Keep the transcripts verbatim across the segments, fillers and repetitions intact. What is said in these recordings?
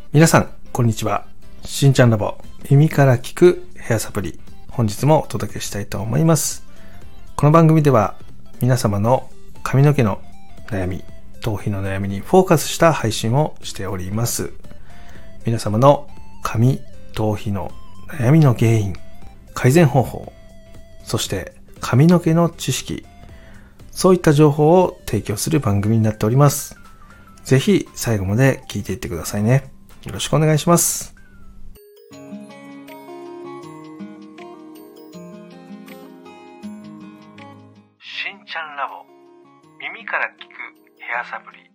皆さんこんにちは。しんちゃんラボ耳から聞くヘアサプリ、本日もお届けしたいと思います。この番組では皆様の髪の毛の悩み、頭皮の悩みにフォーカスした配信をしております。皆様の髪、頭皮の悩みの原因、改善方法、そして髪の毛の知識、そういった情報を提供する番組になっております。ぜひ最後まで聞いていってくださいね。よろしくお願いします。 しんちゃんラボ耳から聞くヘアサプリ。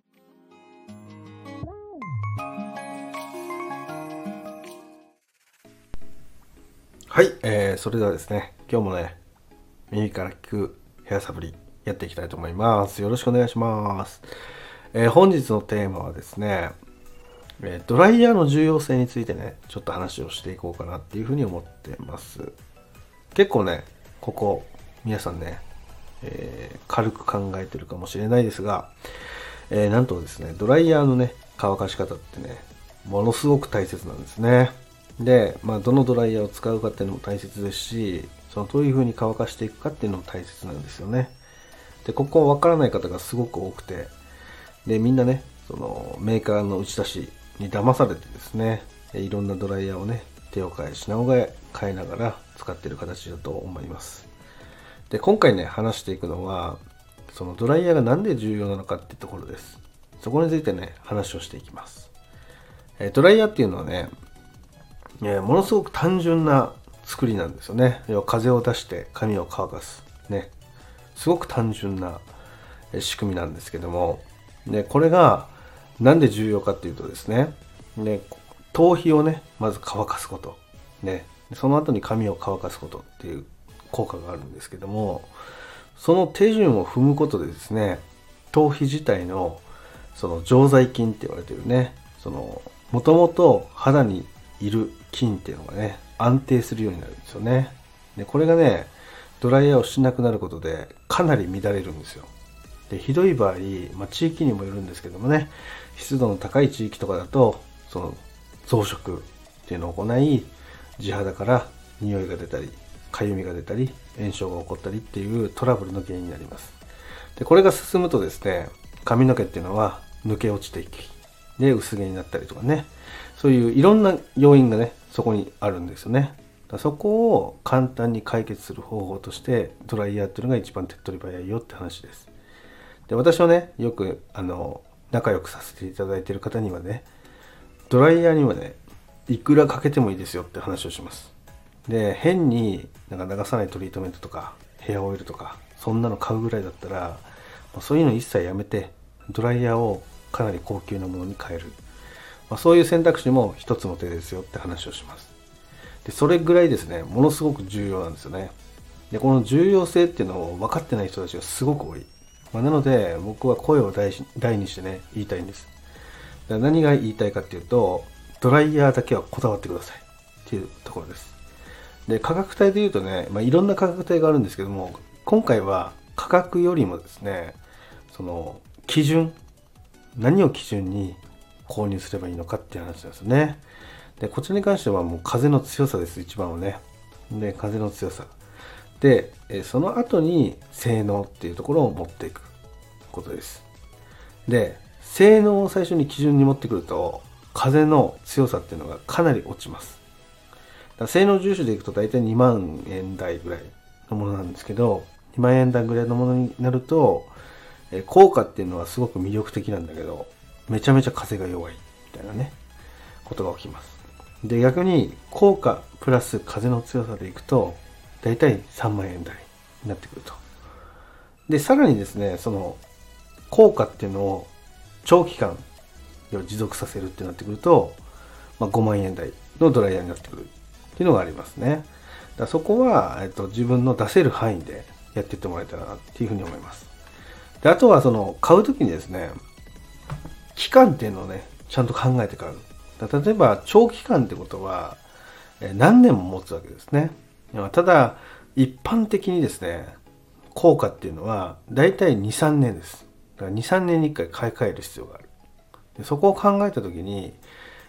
はい、えー、それではですね、今日もね、耳から聞くヘアサプリやっていきたいと思います。よろしくお願いします。えー、本日のテーマはですね、えー、ドライヤーの重要性についてね、ちょっと話をしていこうかなっていうふうに思ってます。結構ね、ここ皆さんね、えー、軽く考えてるかもしれないですが、えー、なんとですね、ドライヤーのね、乾かし方ってね、ものすごく大切なんですね。で、まあ、どのドライヤーを使うかっていうのも大切ですし、そのどういう風に乾かしていくかっていうのも大切なんですよね。で、ここわからない方がすごく多くて、で、みんなね、そのメーカーの打ち出しに騙されてですね、いろんなドライヤーをね、手を変え品を変え変えながら使っている形だと思います。で、今回ね、話していくのは、そのドライヤーがなんで重要なのかっていうところです。そこについてね、話をしていきます。えドライヤーっていうのはね、えものすごく単純な作りなんですよね。要は風を出して髪を乾かす。ね。すごく単純な仕組みなんですけども、で、これがなんで重要かっていうとですね、ね、頭皮をね、まず乾かすこと。ね。その後に髪を乾かすことっていう効果があるんですけども、その手順を踏むことでですね、頭皮自体のその常在菌って言われてるね、そのもともと肌にいる菌っていうのがね、安定するようになるんですよね。で、これがね、ドライヤーをしなくなることでかなり乱れるんですよ。で、ひどい場合、まあ、地域にもよるんですけどもね、湿度の高い地域とかだと、その増殖っていうのを行い、地肌から匂いが出たり、かゆみが出たり、炎症が起こったりっていうトラブルの原因になります。で、これが進むとですね、髪の毛っていうのは抜け落ちていき、で、薄毛になったりとかね、そういういろんな要因がね、そこにあるんですよね。だそこを簡単に解決する方法として、ドライヤーっていうのが一番手っ取り早いよって話です。で、私はね、よく、あの、仲良くさせていただいている方にはね、ドライヤーにはね、いくらかけてもいいですよって話をします。で、変になんか流さないトリートメントとかヘアオイルとかそんなの買うぐらいだったら、そういうの一切やめてドライヤーをかなり高級なものに変える、まあ、そういう選択肢も一つの手ですよって話をします。で、それぐらいですね、ものすごく重要なんですよね。で、この重要性っていうのを分かってない人たちがすごく多い。まあ、なので僕は声を大大にしてね、言いたいんです。だから何が言いたいかっていうと、ドライヤーだけはこだわってくださいっていうところです。で、価格帯で言うとね、まあ、いろんな価格帯があるんですけども、今回は価格よりもですね、その基準、何を基準に購入すればいいのかっていう話なんですよね。で、こちらに関してはもう風の強さです、一番はね。で、風の強さ。で、その後に性能っていうところを持っていくことです。で、性能を最初に基準に持ってくると、風の強さっていうのがかなり落ちます。性能重視でいくと大体にまんえん台ぐらいのものなんですけど、にまんえん台ぐらいのものになると、え効果っていうのはすごく魅力的なんだけど、めちゃめちゃ風が弱いみたいなね、ことが起きます。で、逆に効果プラス風の強さでいくと、大体さんまんえん台になってくると。で、さらにですね、その効果っていうのを長期間持続させるってなってくると、まあ、ごまんえん台のドライヤーになってくるっていうのがありますね。だからそこは、えっと、自分の出せる範囲でやっていってもらえたらなっていうふうに思います。で、あとはその買うときにですね、期間っていうのをね、ちゃんと考えて買う。だ例えば長期間ってことは何年も持つわけですね。ただ一般的にですね、効果っていうのはだいたいに、さんねんです。だからに、さんねんにいっかい買い替える必要がある。でそこを考えたときに、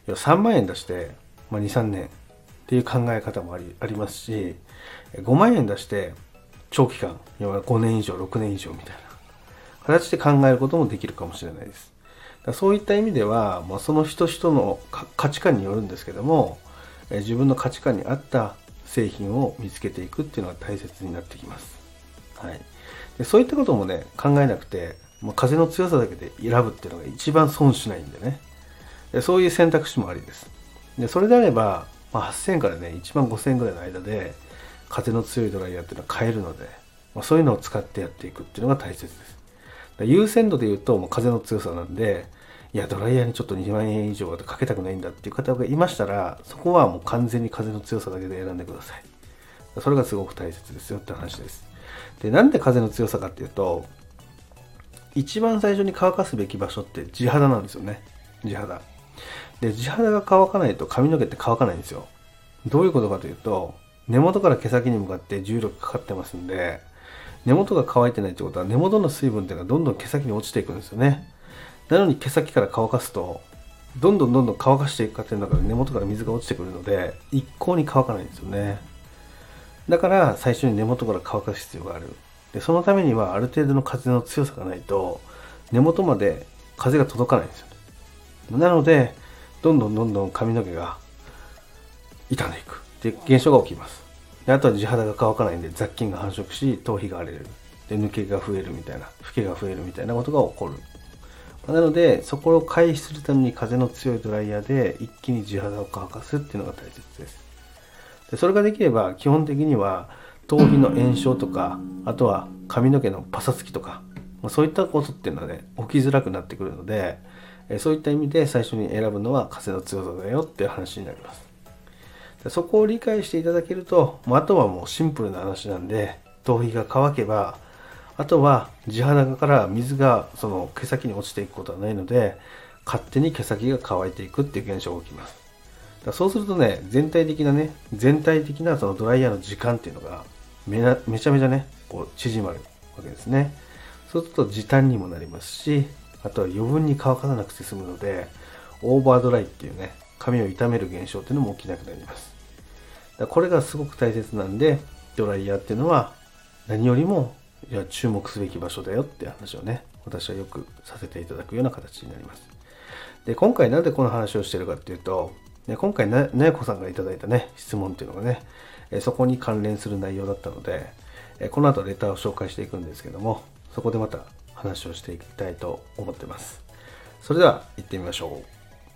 要はさんまんえん出して、まあ、にさんねんっていう考え方もあり、ありますし、ごまんえん出して長期間、要はごねん以上ろくねん以上みたいな形で考えることもできるかもしれないです。だからそういった意味では、まあ、その人人の価値観によるんですけども、え自分の価値観に合った製品を見つけていくっていうのが大切になってきます。はい、でそういったこともね考えなくて、もう風の強さだけで選ぶっていうのが一番損しないんでね、でそういう選択肢もありです。でそれであれば、まあ、はっせんえんからねいちまんごせんえんぐらいの間で風の強いドライヤーっていうのは買えるので、まあ、そういうのを使ってやっていくっていうのが大切です。優先度で言うともう風の強さなんで、いやドライヤーにちょっとにまんえん以上かけたくないんだっていう方がいましたら、そこはもう完全に風の強さだけで選んでください。それがすごく大切ですよって話です。でなんで風の強さかっていうと、一番最初に乾かすべき場所って地肌なんですよね。地肌で地肌が乾かないと髪の毛って乾かないんですよ。どういうことかというと、根元から毛先に向かって重力かかってますんで、根元が乾いてないってことは根元の水分っていうのがどんどん毛先に落ちていくんですよね。なのに毛先から乾かすとどんどんどんどん乾かしていく過程の中で根元から水が落ちてくるので一向に乾かないんですよね。だから最初に根元から乾かす必要がある。でそのためにはある程度の風の強さがないと根元まで風が届かないんですよね。なのでどんどんどんどん髪の毛が傷んでいくっていう現象が起きます。であとは地肌が乾かないんで雑菌が繁殖し頭皮が荒れる、で抜けが増えるみたいな、フケが増えるみたいなことが起こる。なのでそこを回避するために風の強いドライヤーで一気に地肌を乾かすっていうのが大切です。でそれができれば基本的には頭皮の炎症とか、あとは髪の毛のパサつきとか、そういったことっていうのはね起きづらくなってくるので、そういった意味で最初に選ぶのは風の強さだよっていう話になります。でそこを理解していただけると、あとはもうシンプルな話なんで、頭皮が乾けばあとは地肌から水がその毛先に落ちていくことはないので、勝手に毛先が乾いていくっていう現象が起きます。だからそうするとね、全体的なね全体的なそのドライヤーの時間っていうのがめなめちゃめちゃねこう縮まるわけですね。そうすると時短にもなりますし、あとは余分に乾かさなくて済むので、オーバードライっていうね髪を傷める現象っていうのも起きなくなります。だからこれがすごく大切なんで、ドライヤーっていうのは何よりもいや注目すべき場所だよって話をね、私はよくさせていただくような形になります。で今回なんでこの話をしてるかっていうと、ね、今回ななやこさんがいただいたね質問っていうのがね、えそこに関連する内容だったので、えこの後レターを紹介していくんですけども、そこでまた話をしていきたいと思ってます。それでは行ってみましょう。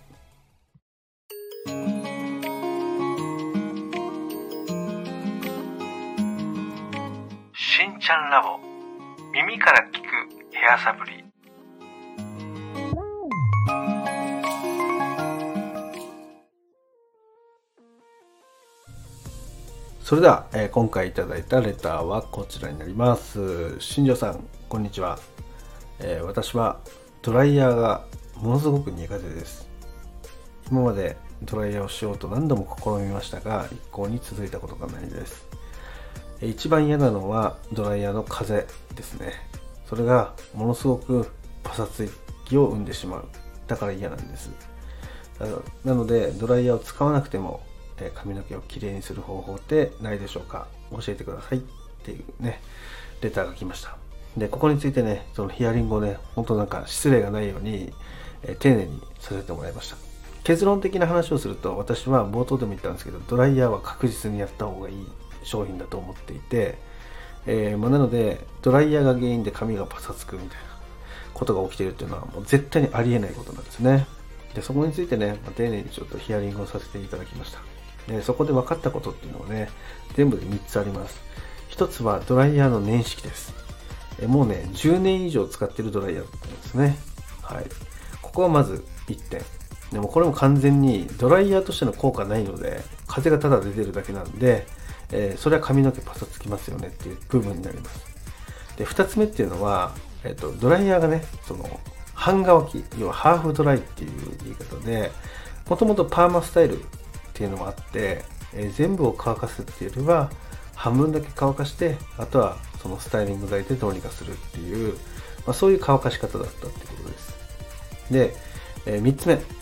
しんちゃんラボ、耳から聞くヘアサプリ。 それでは、えー、今回いただいたレターはこちらになります。新庄さん、こんにちは。えー、私はドライヤーがものすごく苦手です。今までドライヤーをしようと何度も試みましたが、一向に続いたことがないです。一番嫌なのはドライヤーの風ですね。それがものすごくパサつきを生んでしまう。だから嫌なんです。なのでドライヤーを使わなくても髪の毛をきれいにする方法ってないでしょうか。教えてくださいっていうねレターが来ました。でここについてね、そのヒアリングをね、本当なんか失礼がないように、えー、丁寧にさせてもらいました。結論的な話をすると、私は冒頭でも言ったんですけど、ドライヤーは確実にやった方がいい商品だと思っていて、えーまあ、なのでドライヤーが原因で髪がパサつくみたいなことが起きているっていうのはもう絶対にありえないことなんですね。でそこについてね、まあ、丁寧にちょっとヒアリングをさせていただきました。でそこで分かったことっていうのはね、全部でみっつあります。ひとつはドライヤーの年式です。えもうねじゅうねん以上使ってるドライヤーなんですね。はい、ここはまずいってん。でもこれも完全にドライヤーとしての効果ないので、風がただ出てるだけなんで、えー、それは髪の毛パサつきますよねっていう部分になります。でふたつめっていうのは、えーと、ドライヤーがねその半乾き、要はハーフドライっていう言い方で、もともとパーマスタイルっていうのもあって、えー、全部を乾かすっていうよりは半分だけ乾かして、あとはそのスタイリング剤でどうにかするっていう、まあ、そういう乾かし方だったっていうことです。で、えー、みっつめ、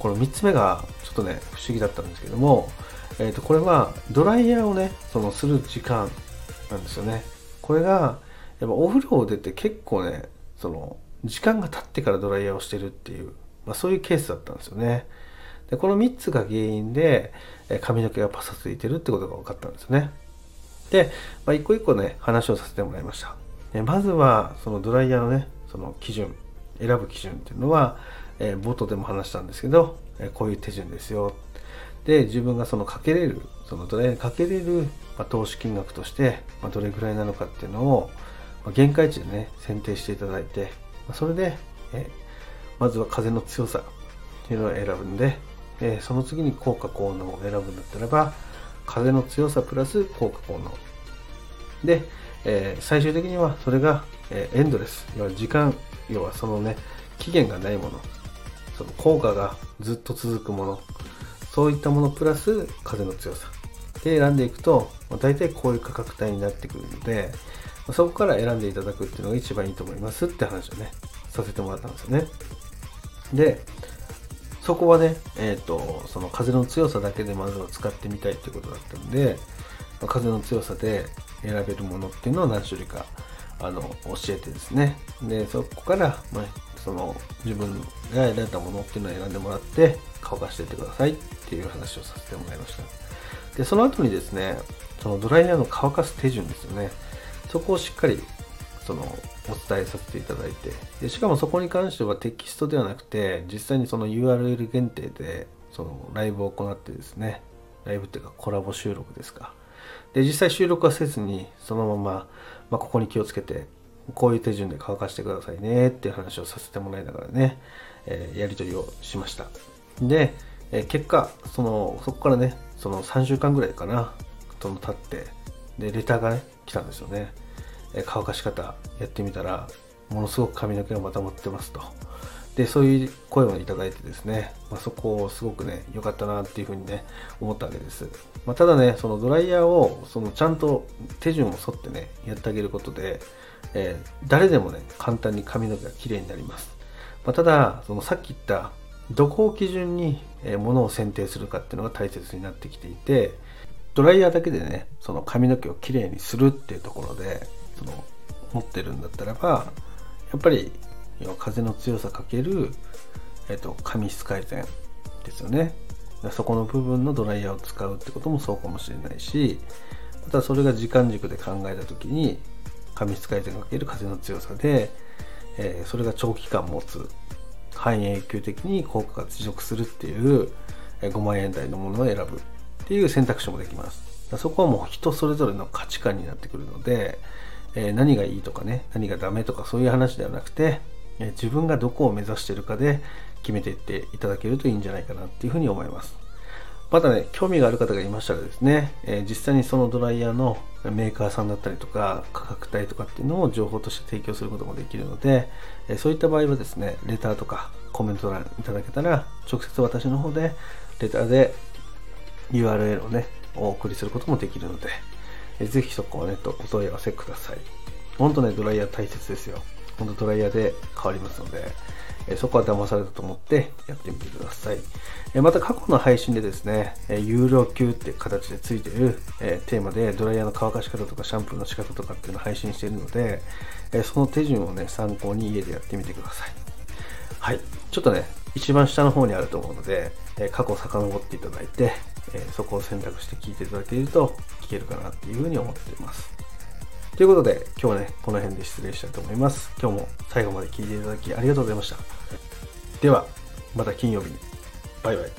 このみっつめがちょっとね不思議だったんですけども、えーとこれはドライヤーをねそのする時間なんですよね。これがやっぱお風呂を出て結構ねその時間が経ってからドライヤーをしてるっていう、まあ、そういうケースだったんですよね。でこのみっつが原因で髪の毛がパサついてるってことが分かったんですね。で、まあ、一個一個ね話をさせてもらいました。まずはそのドライヤーのねその基準、選ぶ基準っていうのは、えー、冒頭でも話したんですけど、えー、こういう手順ですよ。で自分がそのかけれるそのドライヤーにかけれる、まあ、投資金額として、まあ、どれぐらいなのかっていうのを、まあ、限界値でね選定していただいて、まあ、それで、えー、まずは風の強さっていうのを選ぶんで、えー、その次に効果効能を選ぶんだったらば風の強さプラス効果効能で、えー、最終的にはそれが、えー、エンドレス、要は時間、要はそのね期限がないもの、その効果がずっと続くもの、そういったものプラス風の強さで選んでいくと、まあ、大体こういう価格帯になってくるので、まあ、そこから選んでいただくっていうのが一番いいと思いますって話をねさせてもらったんですよね。でそこはね、えっと、その風の強さだけでまずは使ってみたいってことだったんで、風の強さで選べるものっていうのを何種類かあの教えてですね、でそこから、まあ、その自分が選んだものっていうのを選んでもらって乾かしていってくださいっていう話をさせてもらいました。でその後にですね、そのドライヤーの乾かす手順ですよね、そこをしっかりそのお伝えさせていただいて、でしかもそこに関してはテキストではなくて実際にその ユーアールエル 限定でそのライブを行ってですね、ライブっていうかコラボ収録ですか、で実際収録はせずにそのまま、まあ、ここに気をつけてこういう手順で乾かしてくださいねっていう話をさせてもらいながらね、えー、やり取りをしました。で、えー、結果そのそこからねそのさんしゅうかんぐらいかなその経ってでレターがね来たんですよね。乾かし方やってみたらものすごく髪の毛がまとまってますと、でそういう声をいただいてですね、まあ、そこをすごくね良かったなっていうふうにね思ったわけです。まあ、ただねそのドライヤーをそのちゃんと手順を沿ってねやってあげることで、えー、誰でもね簡単に髪の毛が綺麗になります。まあ、ただそのさっき言ったどこを基準に物を選定するかっていうのが大切になってきていて、ドライヤーだけでねその髪の毛をきれいにするっていうところでその持ってるんだったらばやっぱり風の強さかける、えっと、髪質改善ですよね。そこの部分のドライヤーを使うってこともそうかもしれないし、またそれが時間軸で考えた時に髪質改善かける風の強さで、えー、それが長期間持つ半永久的に効果が持続するっていうごまんえん台のものを選ぶっていう選択肢もできます。そこはもう人それぞれの価値観になってくるので、えー、何がいいとかね何がダメとかそういう話ではなくて、えー、自分がどこを目指しているかで決めていっていただけるといいんじゃないかなっていうふうに思います。またね興味がある方がいましたらですね、えー、実際にそのドライヤーのメーカーさんだったりとか価格帯とかっていうのを情報として提供することもできるので、えー、そういった場合はですねレターとかコメント欄いただけたら直接私の方でレターで ユーアールエル をねお送りすることもできるので、えー、ぜひそこをねとお問い合わせください。本当ねドライヤー大切ですよ。本当ドライヤーで変わりますので、えー、そこは騙されたと思ってやってみてください。えー、また過去の配信でですね、えー、有料級っていう形でついている、えー、テーマでドライヤーの乾かし方とかシャンプーの仕方とかっていうのを配信しているので、えー、その手順をね参考に家でやってみてください。はい、ちょっとね一番下の方にあると思うので、えー、過去を遡っていただいて、えー、そこを選択して聞いていただけると聞けるかなっていうふうに思っています。ということで今日はねこの辺で失礼したいと思います。今日も最後まで聞いていただきありがとうございました。ではまた金曜日にバイバイ。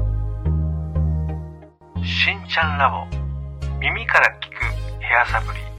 しんちゃんラボ耳から聞くヘアサプリ。